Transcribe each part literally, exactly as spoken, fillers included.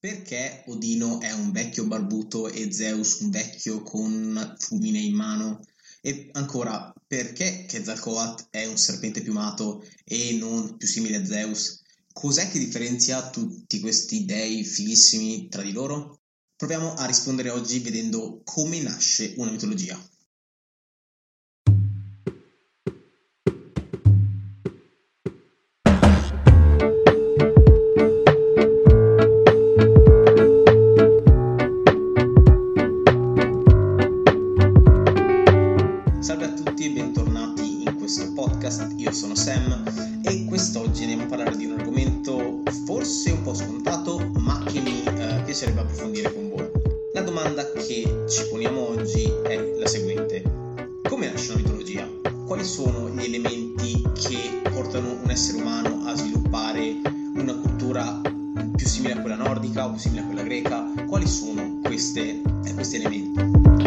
Perché Odino è un vecchio barbuto e Zeus un vecchio con fulmine in mano? E ancora, perché Quetzalcoatl è un serpente piumato e non più simile a Zeus? Cos'è che differenzia tutti questi dei fighissimi tra di loro? Proviamo a rispondere oggi vedendo come nasce una mitologia. Salve a tutti e bentornati in questo podcast, io sono Sam e quest'oggi andiamo a parlare di un argomento forse un po' scontato ma che mi eh, piacerebbe approfondire con voi. La domanda che ci poniamo oggi è la seguente: come nasce una mitologia? Quali sono gli elementi che portano un essere umano a sviluppare una cultura più simile a quella nordica o più simile a quella greca? Quali sono queste, eh, questi elementi?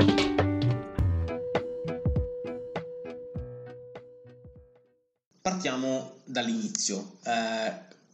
Partiamo dall'inizio. Eh,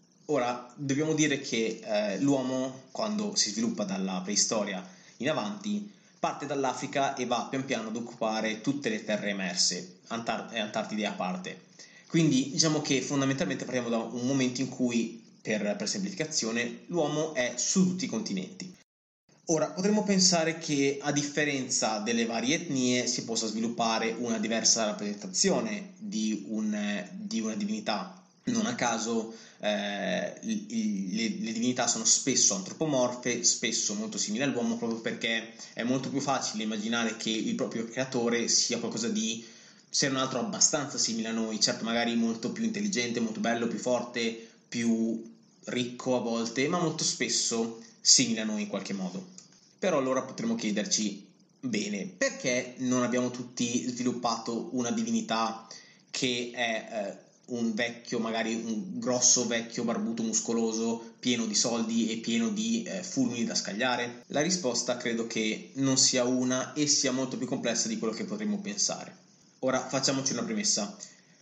ora, dobbiamo dire che eh, l'uomo, quando si sviluppa dalla preistoria in avanti, parte dall'Africa e va pian piano ad occupare tutte le terre emerse, Antar- Antartide a parte. Quindi diciamo che fondamentalmente partiamo da un momento in cui, per, per semplificazione, l'uomo è su tutti i continenti. Ora, potremmo pensare che a differenza delle varie etnie si possa sviluppare una diversa rappresentazione di, un, di una divinità. Non a caso eh, il, le, le divinità sono spesso antropomorfe, spesso molto simili all'uomo, proprio perché è molto più facile immaginare che il proprio creatore sia qualcosa di, se non altro, abbastanza simile a noi, certo magari molto più intelligente, molto bello, più forte, più ricco a volte, ma molto spesso simile a noi in qualche modo. Però allora potremmo chiederci, bene, perché non abbiamo tutti sviluppato una divinità che è eh, un vecchio, magari un grosso vecchio barbuto muscoloso, pieno di soldi e pieno di eh, fulmini da scagliare? La risposta credo che non sia una e sia molto più complessa di quello che potremmo pensare. Ora facciamoci una premessa.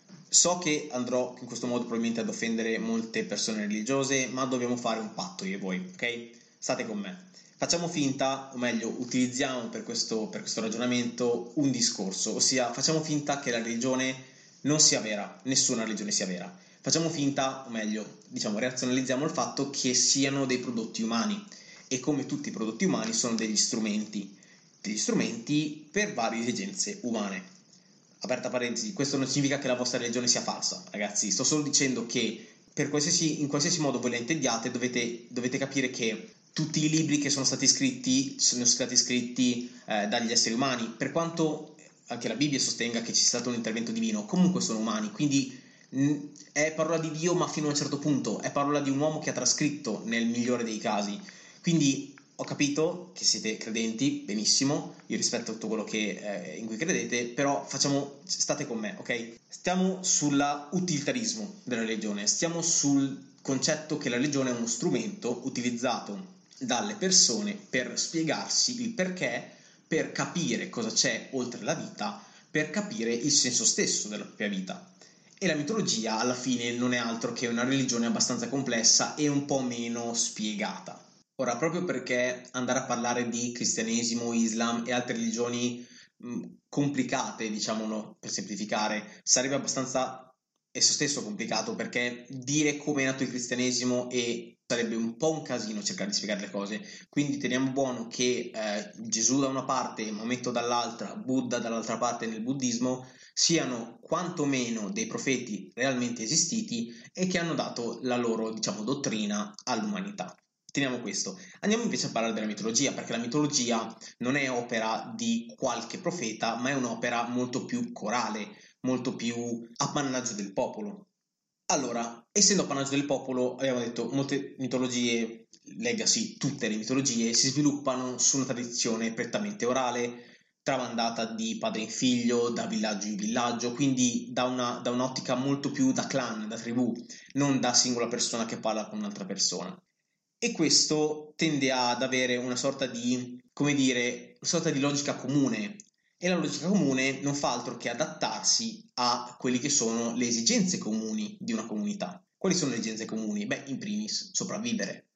So che andrò in questo modo probabilmente ad offendere molte persone religiose, ma dobbiamo fare un patto io e voi, ok? State con me. Facciamo finta, o meglio, utilizziamo per questo, per questo ragionamento un discorso, ossia facciamo finta che la religione non sia vera, nessuna religione sia vera. Facciamo finta, o meglio, diciamo, razionalizziamo il fatto che siano dei prodotti umani e come tutti i prodotti umani sono degli strumenti, degli strumenti per varie esigenze umane. Aperta parentesi, questo non significa che la vostra religione sia falsa, ragazzi, sto solo dicendo che per qualsiasi, in qualsiasi modo voi la intendiate dovete, dovete capire che tutti i libri che sono stati scritti sono stati scritti eh, dagli esseri umani, per quanto anche la Bibbia sostenga che ci sia stato un intervento divino, comunque sono umani, quindi mh, è parola di Dio ma fino a un certo punto, è parola di un uomo che ha trascritto nel migliore dei casi, quindi ho capito che siete credenti, benissimo, io rispetto tutto quello che, eh, in cui credete, però facciamo, state con me, ok? Stiamo sulla utilitarismo della religione, stiamo sul concetto che la religione è uno strumento utilizzato dalle persone per spiegarsi il perché, per capire cosa c'è oltre la vita, per capire il senso stesso della propria vita. E la mitologia alla fine non è altro che una religione abbastanza complessa e un po' meno spiegata. Ora, proprio perché andare a parlare di cristianesimo, islam e altre religioni mh, complicate, diciamo, no, per semplificare, sarebbe abbastanza esso stesso complicato, perché dire come è nato il cristianesimo e sarebbe un po' un casino cercare di spiegare le cose, quindi teniamo buono che eh, Gesù da una parte, Maometto dall'altra, Buddha dall'altra parte nel buddismo siano quantomeno dei profeti realmente esistiti e che hanno dato la loro, diciamo, dottrina all'umanità. Teniamo questo. Andiamo invece a parlare della mitologia, perché la mitologia non è opera di qualche profeta, ma è un'opera molto più corale, molto più appannaggio del popolo. Allora, essendo appannaggio del popolo, abbiamo detto, molte mitologie, legacy, tutte le mitologie, si sviluppano su una tradizione prettamente orale, tramandata di padre in figlio, da villaggio in villaggio, quindi da, una, da un'ottica molto più da clan, da tribù, non da singola persona che parla con un'altra persona. E questo tende ad avere una sorta di, come dire, una sorta di logica comune. E la logica comune non fa altro che adattarsi a quelle che sono le esigenze comuni di una comunità. Quali sono le esigenze comuni? Beh, in primis, sopravvivere.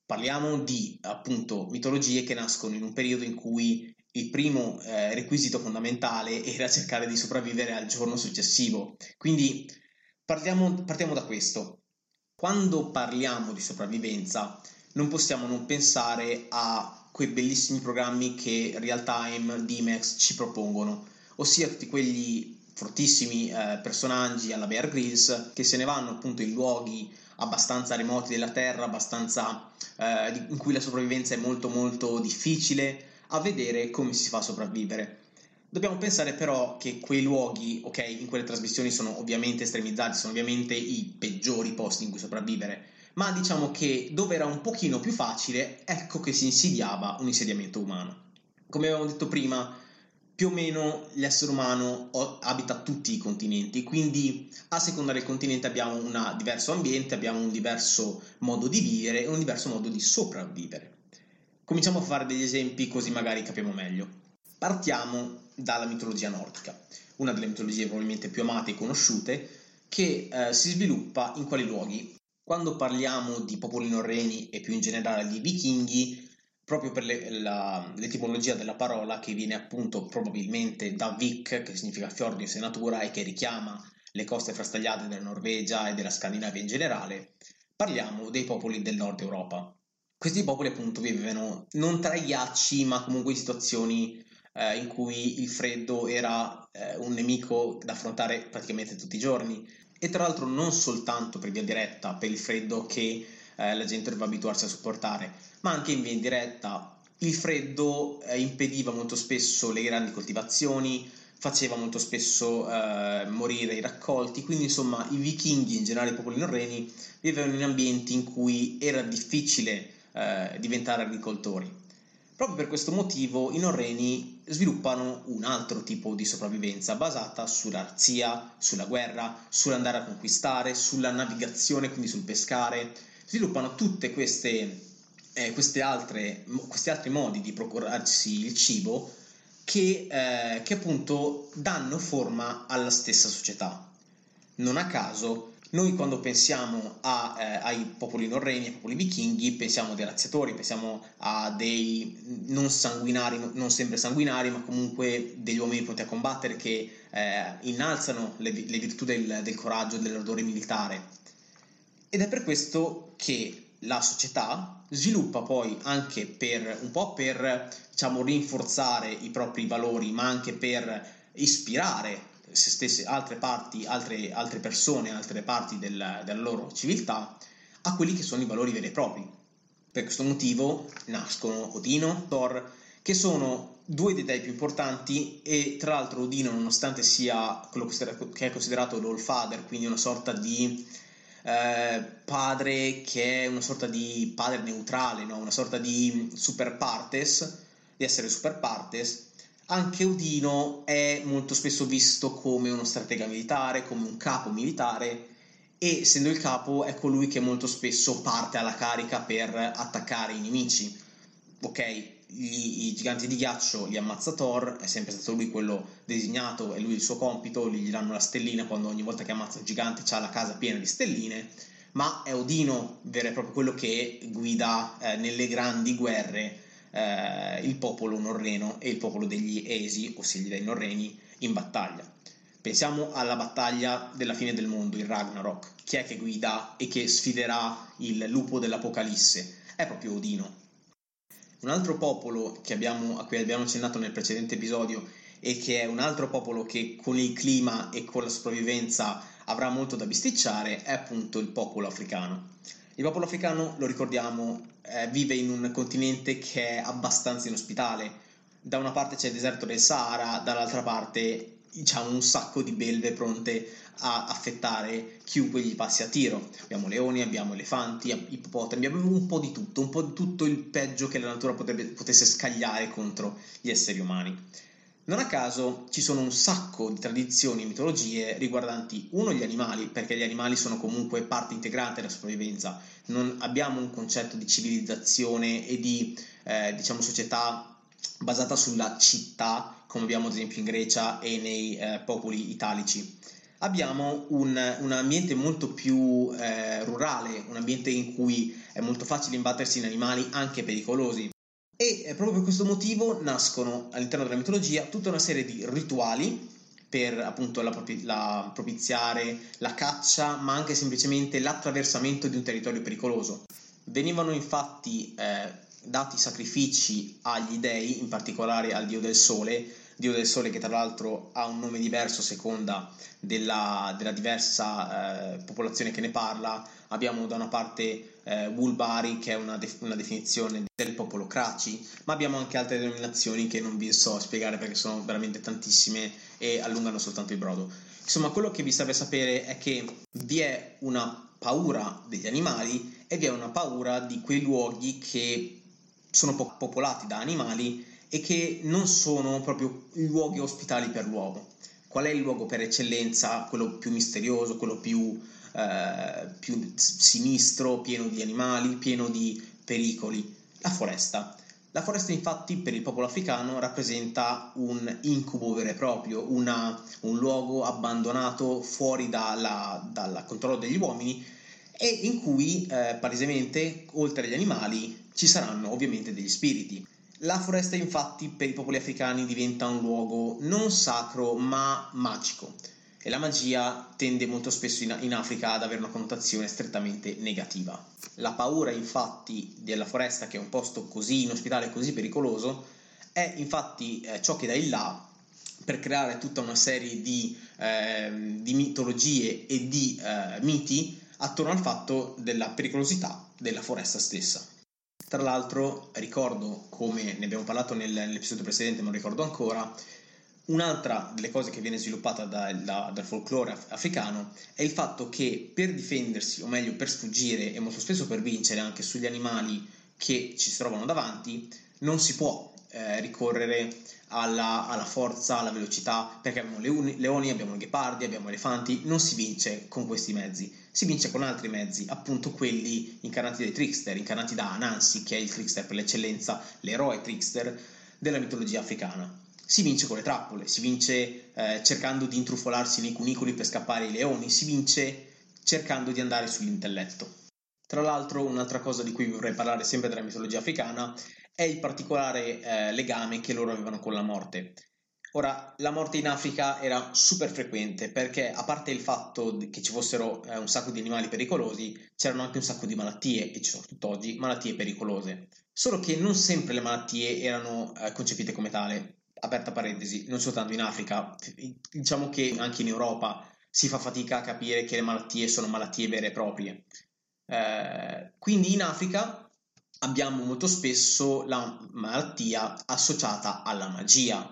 Parliamo di appunto mitologie che nascono in un periodo in cui il primo eh, requisito fondamentale era cercare di sopravvivere al giorno successivo. Quindi partiamo, partiamo da questo. Quando parliamo di sopravvivenza, non possiamo non pensare a quei bellissimi programmi che Real Time, D MAX ci propongono, ossia tutti quegli fortissimi eh, personaggi alla Bear Grylls che se ne vanno appunto in luoghi abbastanza remoti della Terra, abbastanza eh, in cui la sopravvivenza è molto molto difficile, a vedere come si fa a sopravvivere. Dobbiamo pensare però che quei luoghi, ok, in quelle trasmissioni sono ovviamente estremizzati, sono ovviamente i peggiori posti in cui sopravvivere, ma diciamo che dove era un pochino più facile, ecco che si insidiava un insediamento umano. Come avevamo detto prima, più o meno l'essere umano abita tutti i continenti, quindi a seconda del continente abbiamo un diverso ambiente, abbiamo un diverso modo di vivere e un diverso modo di sopravvivere. Cominciamo a fare degli esempi così magari capiamo meglio. Partiamo dalla mitologia nordica, una delle mitologie probabilmente più amate e conosciute, che eh, si sviluppa in quali luoghi? Quando parliamo di popoli norreni e più in generale di vichinghi, proprio per le, la, l'etimologia della parola che viene appunto probabilmente da Vik, che significa fiordius e natura e che richiama le coste frastagliate della Norvegia e della Scandinavia in generale, parliamo dei popoli del nord Europa. Questi popoli appunto vivevano non tra i ghiacci, ma comunque in situazioni eh, in cui il freddo era eh, un nemico da affrontare praticamente tutti i giorni. E tra l'altro non soltanto per via diretta, per il freddo che eh, la gente doveva abituarsi a sopportare, ma anche in via indiretta. Il freddo eh, impediva molto spesso le grandi coltivazioni, faceva molto spesso eh, morire i raccolti, quindi insomma i vichinghi, in generale i popoli norreni, vivevano in ambienti in cui era difficile eh, diventare agricoltori. Proprio per questo motivo i norreni sviluppano un altro tipo di sopravvivenza basata sulla razzia, sulla guerra, sull'andare a conquistare, sulla navigazione, quindi sul pescare. Sviluppano tutte queste, eh, queste altre, questi altri modi di procurarsi il cibo che, eh, che appunto danno forma alla stessa società. Non a caso noi quando pensiamo a, eh, ai popoli norreni, ai popoli vichinghi, pensiamo a dei razziatori, pensiamo a dei non sanguinari, non sempre sanguinari, ma comunque degli uomini pronti a combattere che eh, innalzano le, le virtù del, del coraggio e dell'ardore militare. Ed è per questo che la società sviluppa poi anche per un po' per diciamo rinforzare i propri valori, ma anche per ispirare se stesse altre parti, altre, altre persone, altre parti del, della loro civiltà a quelli che sono i valori veri e propri. Per questo motivo nascono Odino, Thor, che sono due dei dei più importanti e tra l'altro Odino, nonostante sia quello che è considerato l'All Father, quindi una sorta di eh, padre che è una sorta di padre neutrale, no? Una sorta di super partes, di essere super partes, anche Odino è molto spesso visto come uno stratega militare, come un capo militare e essendo il capo è colui che molto spesso parte alla carica per attaccare i nemici. Ok, gli, i giganti di ghiaccio li ammazza Thor, è sempre stato lui quello designato, è lui il suo compito, gli danno la stellina quando ogni volta che ammazza un gigante c'ha la casa piena di stelline, ma è Odino vero e proprio quello che guida eh, nelle grandi guerre eh, il popolo norreno e il popolo degli Esi, ossia gli dei norreni, in battaglia. Pensiamo alla battaglia della fine del mondo, il Ragnarok. Chi è che guida e che sfiderà il lupo dell'Apocalisse? È proprio Odino. Un altro popolo che abbiamo, a cui abbiamo accennato nel precedente episodio e che è un altro popolo che con il clima e con la sopravvivenza avrà molto da bisticciare è appunto il popolo africano. Il popolo africano, lo ricordiamo, eh, vive in un continente che è abbastanza inospitale. Da una parte c'è il deserto del Sahara, dall'altra parte diciamo un sacco di belve pronte a affettare chiunque gli passi a tiro. Abbiamo leoni, abbiamo elefanti, ippopotami, abbiamo un po' di tutto, un po' di tutto il peggio che la natura potrebbe, potesse scagliare contro gli esseri umani. Non a caso ci sono un sacco di tradizioni e mitologie riguardanti uno gli animali, perché gli animali sono comunque parte integrante della sopravvivenza. Non abbiamo un concetto di civilizzazione e di eh, diciamo società basata sulla città, come abbiamo ad esempio in Grecia e nei eh, popoli italici. Abbiamo un, un ambiente molto più eh, rurale, un ambiente in cui è molto facile imbattersi in animali anche pericolosi. E eh, proprio per questo motivo nascono all'interno della mitologia tutta una serie di rituali per appunto la, propi- la propiziare la caccia, ma anche semplicemente l'attraversamento di un territorio pericoloso. Venivano infatti eh, dati sacrifici agli dei, in particolare al dio del sole, dio del sole che tra l'altro ha un nome diverso a seconda della, della diversa eh, popolazione che ne parla. Abbiamo da una parte eh, Wulbari, che è una, def- una definizione del popolo Kraci, ma abbiamo anche altre denominazioni che non vi so spiegare perché sono veramente tantissime e allungano soltanto il brodo. Insomma, quello che vi serve sapere è che vi è una paura degli animali e vi è una paura di quei luoghi che sono po- popolati da animali e che non sono proprio luoghi ospitali per l'uomo. Qual è il luogo per eccellenza, quello più misterioso, quello più, eh, più sinistro, pieno di animali, pieno di pericoli? La foresta. La foresta infatti per il popolo africano rappresenta un incubo vero e proprio, una, un luogo abbandonato fuori dalla, dal controllo degli uomini e in cui eh, palesemente oltre agli animali ci saranno ovviamente degli spiriti. La foresta infatti per i popoli africani diventa un luogo non sacro ma magico e la magia tende molto spesso in, in Africa ad avere una connotazione strettamente negativa. La paura infatti della foresta, che è un posto così inospitale e così pericoloso, è infatti eh, ciò che dà il là per creare tutta una serie di, eh, di mitologie e di eh, miti attorno al fatto della pericolosità della foresta stessa. Tra l'altro ricordo, come ne abbiamo parlato nel, nell'episodio precedente, ma lo ricordo ancora, un'altra delle cose che viene sviluppata da, da, dal folklore af- africano è il fatto che per difendersi, o meglio per sfuggire e molto spesso per vincere anche sugli animali che ci si trovano davanti, non si può eh, ricorrere alla, alla forza, alla velocità, perché abbiamo leoni, leoni, abbiamo ghepardi, abbiamo elefanti, non si vince con questi mezzi, si vince con altri mezzi, appunto quelli incarnati dai trickster, incarnati da Anansi, che è il trickster per l'eccellenza, l'eroe trickster della mitologia africana. Si vince con le trappole, si vince eh, cercando di intrufolarsi nei cunicoli per scappare ai leoni, si vince cercando di andare sull'intelletto. Tra l'altro, un'altra cosa di cui vorrei parlare sempre della mitologia africana è il particolare eh, legame che loro avevano con la morte. Ora, la morte in Africa era super frequente perché, a parte il fatto che ci fossero eh, un sacco di animali pericolosi, c'erano anche un sacco di malattie, e ci sono tutt'oggi malattie pericolose. Solo che non sempre le malattie erano eh, concepite come tale. Aperta parentesi, non soltanto in Africa, diciamo che anche in Europa si fa fatica a capire che le malattie sono malattie vere e proprie. Eh, quindi in Africa abbiamo molto spesso la malattia associata alla magia.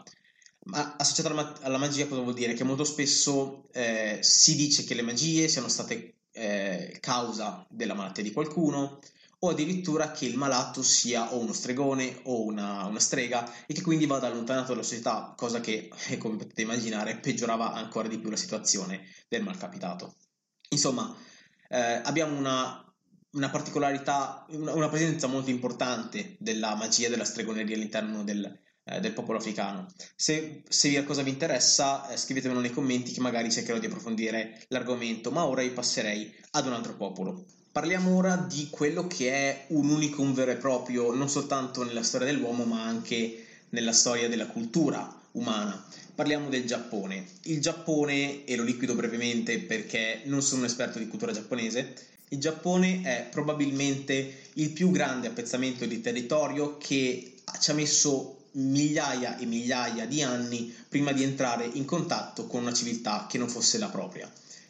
Ma associata alla, ma- alla magia cosa vuol dire? Che molto spesso eh, si dice che le magie siano state eh, causa della malattia di qualcuno, o addirittura che il malato sia o uno stregone o una, una strega e che quindi vada allontanato dalla società, cosa che, eh, come potete immaginare, peggiorava ancora di più la situazione del malcapitato. Insomma, eh, abbiamo una, una particolarità, una, una presenza molto importante della magia e della stregoneria all'interno del, eh, del popolo africano. Se, se qualcosa vi interessa, eh, scrivetemelo nei commenti che magari cercherò di approfondire l'argomento, ma ora io passerei ad un altro popolo. Parliamo ora di quello che è un unicum vero e proprio, non soltanto nella storia dell'uomo, ma anche nella storia della cultura umana. Parliamo del Giappone. Il Giappone, e lo liquido brevemente perché non sono un esperto di cultura giapponese, il Giappone è probabilmente il più grande appezzamento di territorio che ci ha messo migliaia e migliaia di anni prima di entrare in contatto con una civiltà che non fosse la propria.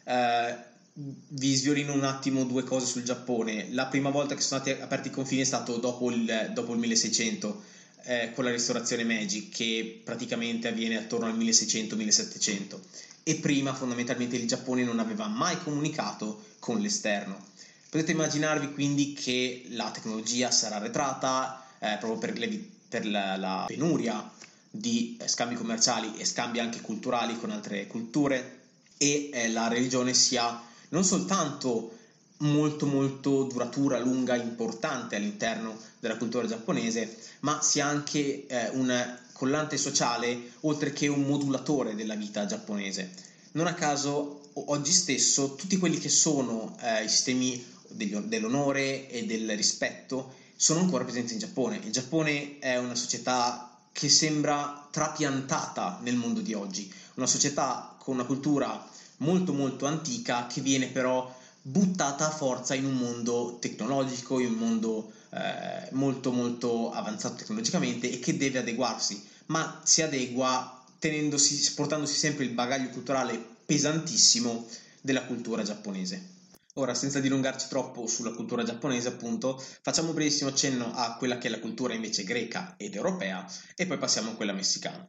Eh, vi sviolino un attimo due cose sul Giappone. La prima volta che sono stati aperti i confini è stato dopo il, dopo il milleseicento, eh, con la ristorazione Meiji, che praticamente avviene attorno al milleseicento millesettecento, e prima fondamentalmente il Giappone non aveva mai comunicato con l'esterno. Potete immaginarvi quindi che la tecnologia sarà arretrata eh, proprio per, le, per la, la penuria di eh, scambi commerciali e scambi anche culturali con altre culture, e eh, la religione sia non soltanto molto molto duratura, lunga, importante all'interno della cultura giapponese, ma sia anche eh, un collante sociale oltre che un modulatore della vita giapponese. Non a caso oggi stesso tutti quelli che sono eh, i sistemi degli, dell'onore e del rispetto sono ancora presenti in Giappone. Il Giappone è una società che sembra trapiantata nel mondo di oggi, una società con una cultura molto molto antica che viene però buttata a forza in un mondo tecnologico, in un mondo eh, molto molto avanzato tecnologicamente e che deve adeguarsi, ma si adegua tenendosi, portandosi sempre il bagaglio culturale pesantissimo della cultura giapponese. Ora, senza dilungarci troppo sulla cultura giapponese, appunto, facciamo un brevissimo accenno a quella che è la cultura invece greca ed europea e poi passiamo a quella messicana.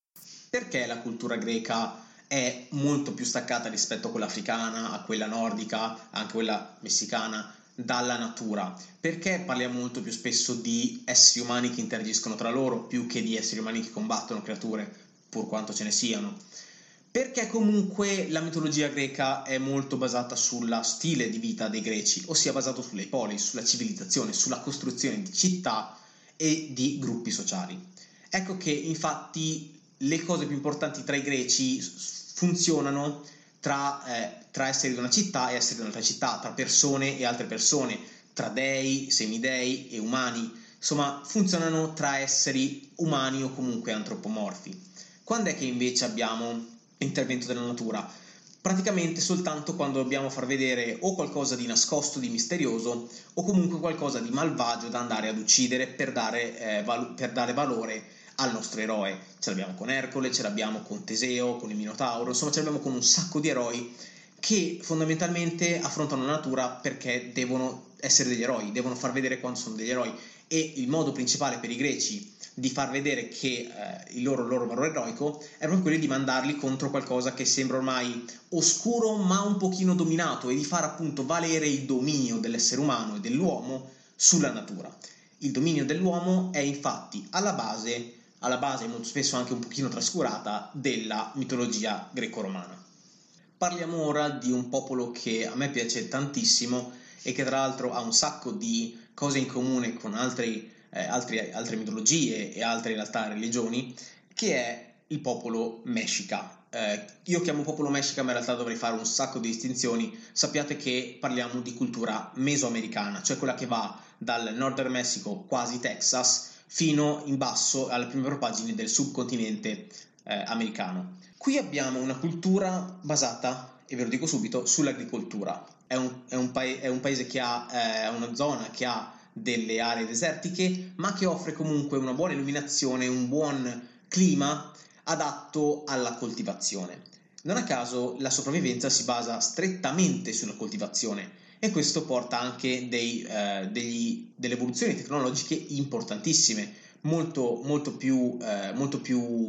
Perché la cultura greca è molto più staccata rispetto a quella africana, a quella nordica, anche quella messicana, dalla natura? Perché parliamo molto più spesso di esseri umani che interagiscono tra loro più che di esseri umani che combattono creature, pur quanto ce ne siano? Perché comunque la mitologia greca è molto basata sullo stile di vita dei greci, ossia basato sulle polis, sulla civilizzazione, sulla costruzione di città e di gruppi sociali. Ecco che infatti le cose più importanti tra i greci funzionano tra, eh, tra esseri di una città e esseri di un'altra città, tra persone e altre persone, tra dei, semidei e umani, insomma funzionano tra esseri umani o comunque antropomorfi. Quando è che invece abbiamo l'intervento della natura? Praticamente soltanto quando dobbiamo far vedere o qualcosa di nascosto, di misterioso, o comunque qualcosa di malvagio da andare ad uccidere per dare, eh, val- per dare valore al nostro eroe. Ce l'abbiamo con Ercole, ce l'abbiamo con Teseo, con il Minotauro, insomma ce l'abbiamo con un sacco di eroi che fondamentalmente affrontano la natura perché devono essere degli eroi, devono far vedere quanto sono degli eroi, e il modo principale per i greci di far vedere che eh, il loro, loro valore eroico è proprio quello di mandarli contro qualcosa che sembra ormai oscuro ma un pochino dominato, e di far appunto valere il dominio dell'essere umano e dell'uomo sulla natura. Il dominio dell'uomo è infatti alla base, alla base molto spesso anche un pochino trascurata, della mitologia greco-romana. Parliamo ora di un popolo che a me piace tantissimo e che tra l'altro ha un sacco di cose in comune con altri Eh, altri, altre mitologie e altre in realtà religioni, che è il popolo Meshica. Eh, io chiamo popolo Meshica, ma in realtà dovrei fare un sacco di distinzioni. Sappiate che parliamo di cultura mesoamericana, cioè quella che va dal Northern Messico, quasi Texas, fino in basso alle prime pagine del subcontinente eh, americano. Qui abbiamo una cultura basata, e ve lo dico subito, sull'agricoltura. È un, è un, pa- è un paese che ha eh, una zona che ha delle aree desertiche, ma che offre comunque una buona illuminazione, un buon clima adatto alla coltivazione. Non a caso la sopravvivenza si basa strettamente sulla coltivazione, e questo porta anche dei, eh, degli, delle evoluzioni tecnologiche importantissime, molto, molto, più, eh, molto più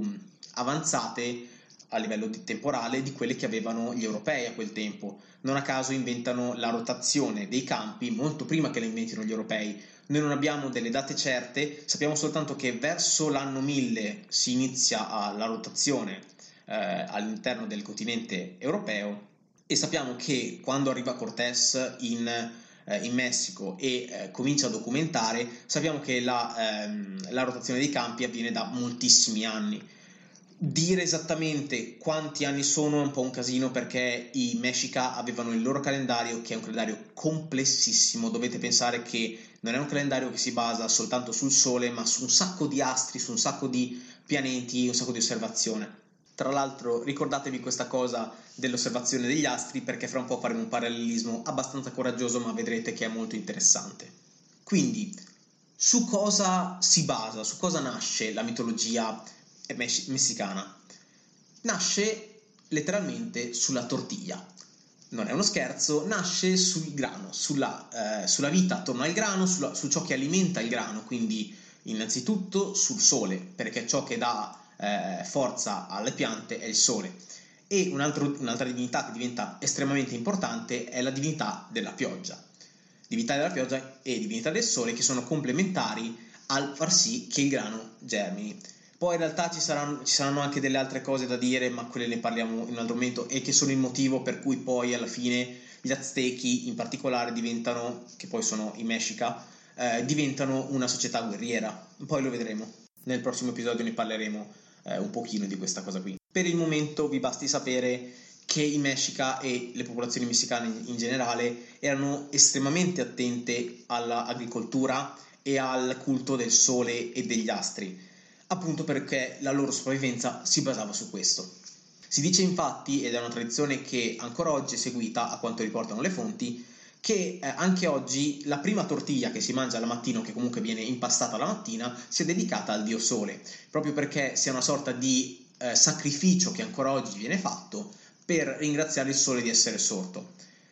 avanzate a livello di temporale di quelle che avevano gli europei a quel tempo. Non a caso inventano la rotazione dei campi molto prima che la inventino gli europei. Noi non abbiamo delle date certe, sappiamo soltanto che verso l'anno mille si inizia la rotazione eh, all'interno del continente europeo, e sappiamo che quando arriva Cortés in, eh, in Messico e eh, comincia a documentare, sappiamo che la, ehm, la rotazione dei campi avviene da moltissimi anni. Dire esattamente quanti anni sono è un po' un casino, perché i Meshica avevano il loro calendario, che è un calendario complessissimo. Dovete pensare che non è un calendario che si basa soltanto sul Sole, ma su un sacco di astri, su un sacco di pianeti, un sacco di osservazione. Tra l'altro ricordatevi questa cosa dell'osservazione degli astri, perché fra un po' faremo un parallelismo abbastanza coraggioso, ma vedrete che è molto interessante. Quindi, su cosa si basa, su cosa nasce la mitologia messicana? Nasce letteralmente sulla tortiglia. Non è uno scherzo, nasce sul grano, sulla, eh, sulla vita attorno al grano, sulla, su ciò che alimenta il grano, quindi innanzitutto sul sole, perché ciò che dà eh, forza alle piante è il sole. E un altro, un'altra divinità che diventa estremamente importante è la divinità della pioggia. Divinità della pioggia e divinità del sole, che sono complementari al far sì che il grano germini. Poi in realtà ci saranno, ci saranno anche delle altre cose da dire, ma quelle ne parliamo in un altro momento, e che sono il motivo per cui poi alla fine gli Aztechi in particolare diventano, che poi sono i Meshica, eh, diventano una società guerriera. Poi lo vedremo. Nel prossimo episodio ne parleremo eh, un pochino di questa cosa qui. Per il momento vi basti sapere che i Mexica e le popolazioni messicane in generale erano estremamente attente all'agricoltura e al culto del sole e degli astri, appunto perché la loro sopravvivenza si basava su questo. Si dice infatti, ed è una tradizione che ancora oggi è seguita a quanto riportano le fonti, che eh, anche oggi la prima tortiglia che si mangia la mattina, o che comunque viene impastata la mattina, sia dedicata al dio sole, proprio perché sia una sorta di eh, sacrificio che ancora oggi viene fatto per ringraziare il sole di essere sorto.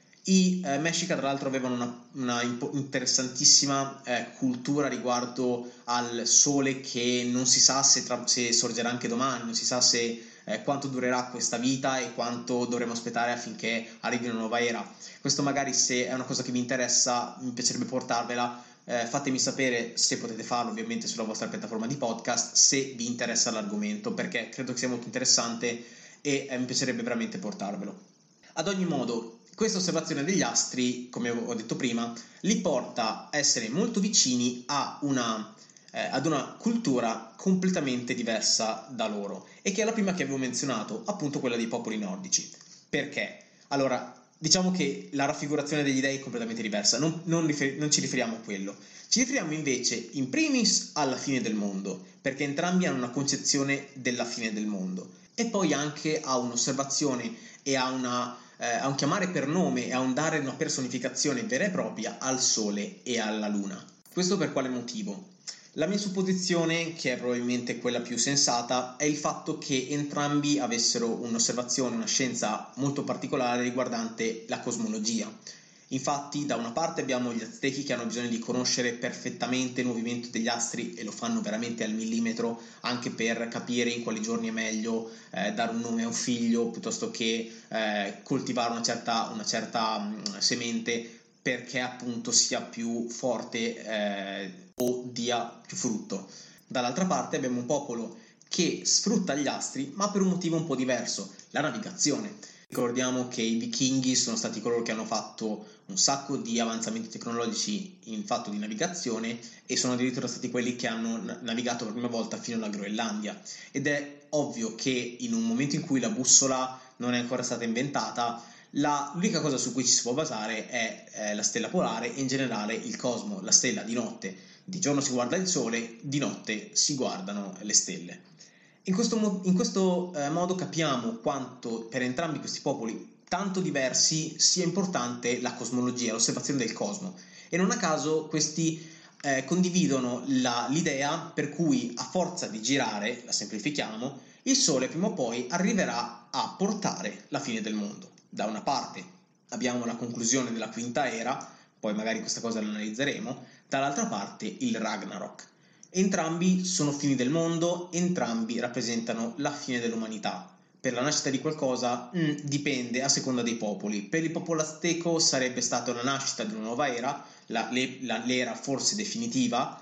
I eh, Mexica tra l'altro avevano una, una impo- interessantissima eh, cultura riguardo al sole, che non si sa se, tra- se sorgerà anche domani, non si sa se eh, quanto durerà questa vita e quanto dovremo aspettare affinché arrivi una nuova era. Questo magari, se è una cosa che vi interessa, mi piacerebbe portarvela. Eh, fatemi sapere, se potete farlo ovviamente sulla vostra piattaforma di podcast, se vi interessa l'argomento, perché credo che sia molto interessante e eh, mi piacerebbe veramente portarvelo. Ad ogni modo, questa osservazione degli astri, come ho detto prima, li porta a essere molto vicini a una, eh, ad una cultura completamente diversa da loro, e che è la prima che avevo menzionato, appunto quella dei popoli nordici. Perché? Allora, diciamo che la raffigurazione degli dei è completamente diversa, non, non, rifer- non ci riferiamo a quello. Ci riferiamo invece in primis alla fine del mondo, perché entrambi hanno una concezione della fine del mondo, e poi anche a un'osservazione e a, una, eh, a un chiamare per nome e a un dare una personificazione vera e propria al Sole e alla Luna. Questo per quale motivo? La mia supposizione, che è probabilmente quella più sensata, è il fatto che entrambi avessero un'osservazione, una scienza molto particolare riguardante la cosmologia. Infatti, da una parte abbiamo gli Aztechi, che hanno bisogno di conoscere perfettamente il movimento degli astri, e lo fanno veramente al millimetro, anche per capire in quali giorni è meglio eh, dare un nome a un figlio, piuttosto che eh, coltivare una certa, una certa mh, semente, perché appunto sia più forte eh, o dia più frutto. Dall'altra parte abbiamo un popolo che sfrutta gli astri, ma per un motivo un po' diverso: la navigazione. Ricordiamo che i vichinghi sono stati coloro che hanno fatto un sacco di avanzamenti tecnologici in fatto di navigazione, e sono addirittura stati quelli che hanno navigato per prima volta fino alla Groenlandia. Ed è ovvio che in un momento in cui la bussola non è ancora stata inventata, la, l'unica cosa su cui ci si può basare è eh, la stella polare e in generale il cosmo, la stella di notte. Di giorno si guarda il sole, di notte si guardano le stelle. In questo, in questo eh, modo capiamo quanto per entrambi questi popoli tanto diversi sia importante la cosmologia, l'osservazione del cosmo, e non a caso questi eh, condividono la, l'idea per cui, a forza di girare, la semplifichiamo, il Sole prima o poi arriverà a portare la fine del mondo. Da una parte abbiamo la conclusione della quinta era, poi magari questa cosa la analizzeremo, dall'altra parte il Ragnarok. Entrambi sono fini del mondo, entrambi rappresentano la fine dell'umanità. Per la nascita di qualcosa mh, dipende a seconda dei popoli. Per il popolo azteco sarebbe stata la nascita di una nuova era, la, le, la, l'era forse definitiva,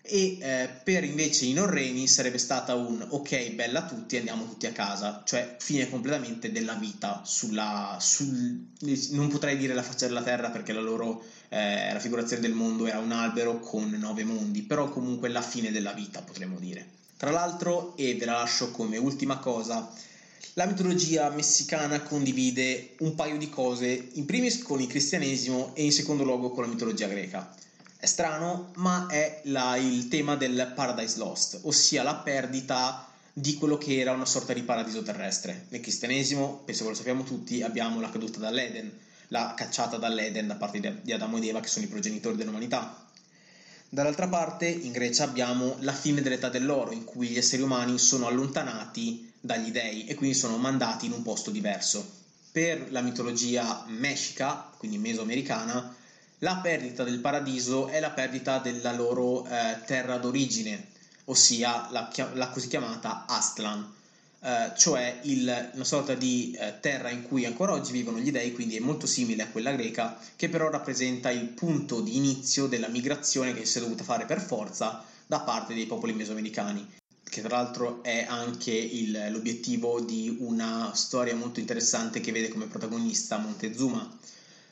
e eh, per invece i norreni sarebbe stata un ok, bella a tutti, andiamo tutti a casa, cioè fine completamente della vita sulla, sul, non potrei dire la faccia della terra, perché la loro eh, raffigurazione del mondo era un albero con nove mondi, però comunque la fine della vita, potremmo dire. Tra l'altro, e ve la lascio come ultima cosa, la mitologia messicana condivide un paio di cose, in primis con il cristianesimo e in secondo luogo con la mitologia greca. È strano, ma è la, il tema del Paradise Lost, ossia la perdita di quello che era una sorta di paradiso terrestre. Nel cristianesimo, penso che lo sappiamo tutti, abbiamo la caduta dall'Eden, la cacciata dall'Eden da parte di Adamo ed Eva, che sono i progenitori dell'umanità. Dall'altra parte, in Grecia abbiamo la fine dell'età dell'oro, in cui gli esseri umani sono allontanati dagli dei e quindi sono mandati in un posto diverso. Per la mitologia meshica, quindi mesoamericana, la perdita del paradiso è la perdita della loro eh, terra d'origine, ossia la, la così chiamata Aztlan, eh, cioè il, una sorta di eh, terra in cui ancora oggi vivono gli dei, quindi è molto simile a quella greca, che però rappresenta il punto di inizio della migrazione che si è dovuta fare per forza da parte dei popoli mesoamericani, che tra l'altro è anche il, l'obiettivo di una storia molto interessante che vede come protagonista Montezuma.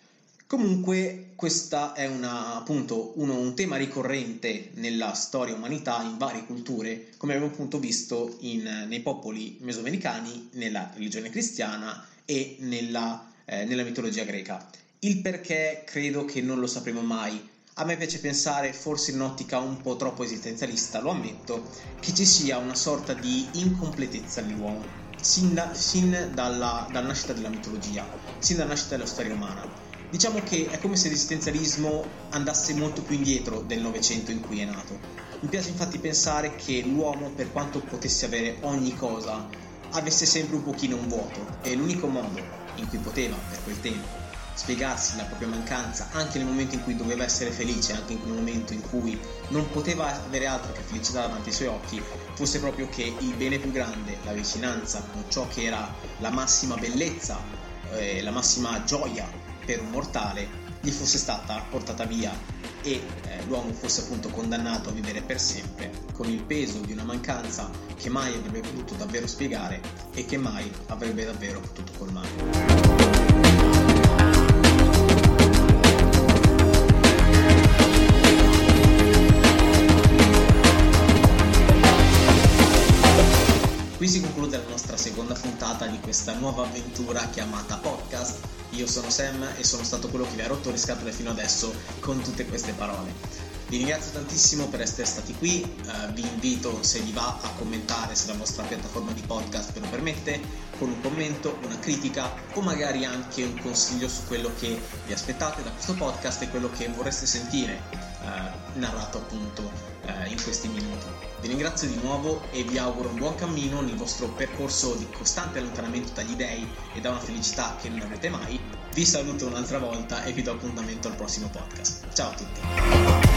Comunque questo è una, appunto uno, un tema ricorrente nella storia umanità in varie culture, come abbiamo appunto visto in, nei popoli mesoamericani, nella religione cristiana e nella, eh, nella mitologia greca. Il perché credo che non lo sapremo mai. A me piace pensare, forse in un'ottica un po' troppo esistenzialista, lo ammetto, che ci sia una sorta di incompletezza nell'uomo, sin, da, sin dalla, dalla nascita della mitologia, sin dalla nascita della storia umana. Diciamo che è come se l'esistenzialismo andasse molto più indietro del Novecento in cui è nato. Mi piace infatti pensare che l'uomo, per quanto potesse avere ogni cosa, avesse sempre un pochino un vuoto, e l'unico modo in cui poteva, per quel tempo, spiegarsi la propria mancanza, anche nel momento in cui doveva essere felice, anche in quel momento in cui non poteva avere altro che felicità davanti ai suoi occhi, fosse proprio che il bene più grande, la vicinanza con ciò che era la massima bellezza, eh, la massima gioia per un mortale, gli fosse stata portata via e eh, l'uomo fosse appunto condannato a vivere per sempre con il peso di una mancanza che mai avrebbe potuto davvero spiegare e che mai avrebbe davvero potuto colmare. Qui si conclude la nostra seconda puntata di questa nuova avventura chiamata podcast. Io sono Sam e sono stato quello che vi ha rotto le scatole fino adesso con tutte queste parole. Vi ringrazio tantissimo per essere stati qui, uh, vi invito, se vi va, a commentare, se la vostra piattaforma di podcast ve lo permette, con un commento, una critica o magari anche un consiglio su quello che vi aspettate da questo podcast e quello che vorreste sentire uh, narrato appunto uh, in questi minuti. Vi ringrazio di nuovo e vi auguro un buon cammino nel vostro percorso di costante allontanamento dagli dei e da una felicità che non avrete mai. Vi saluto un'altra volta e vi do appuntamento al prossimo podcast. Ciao a tutti!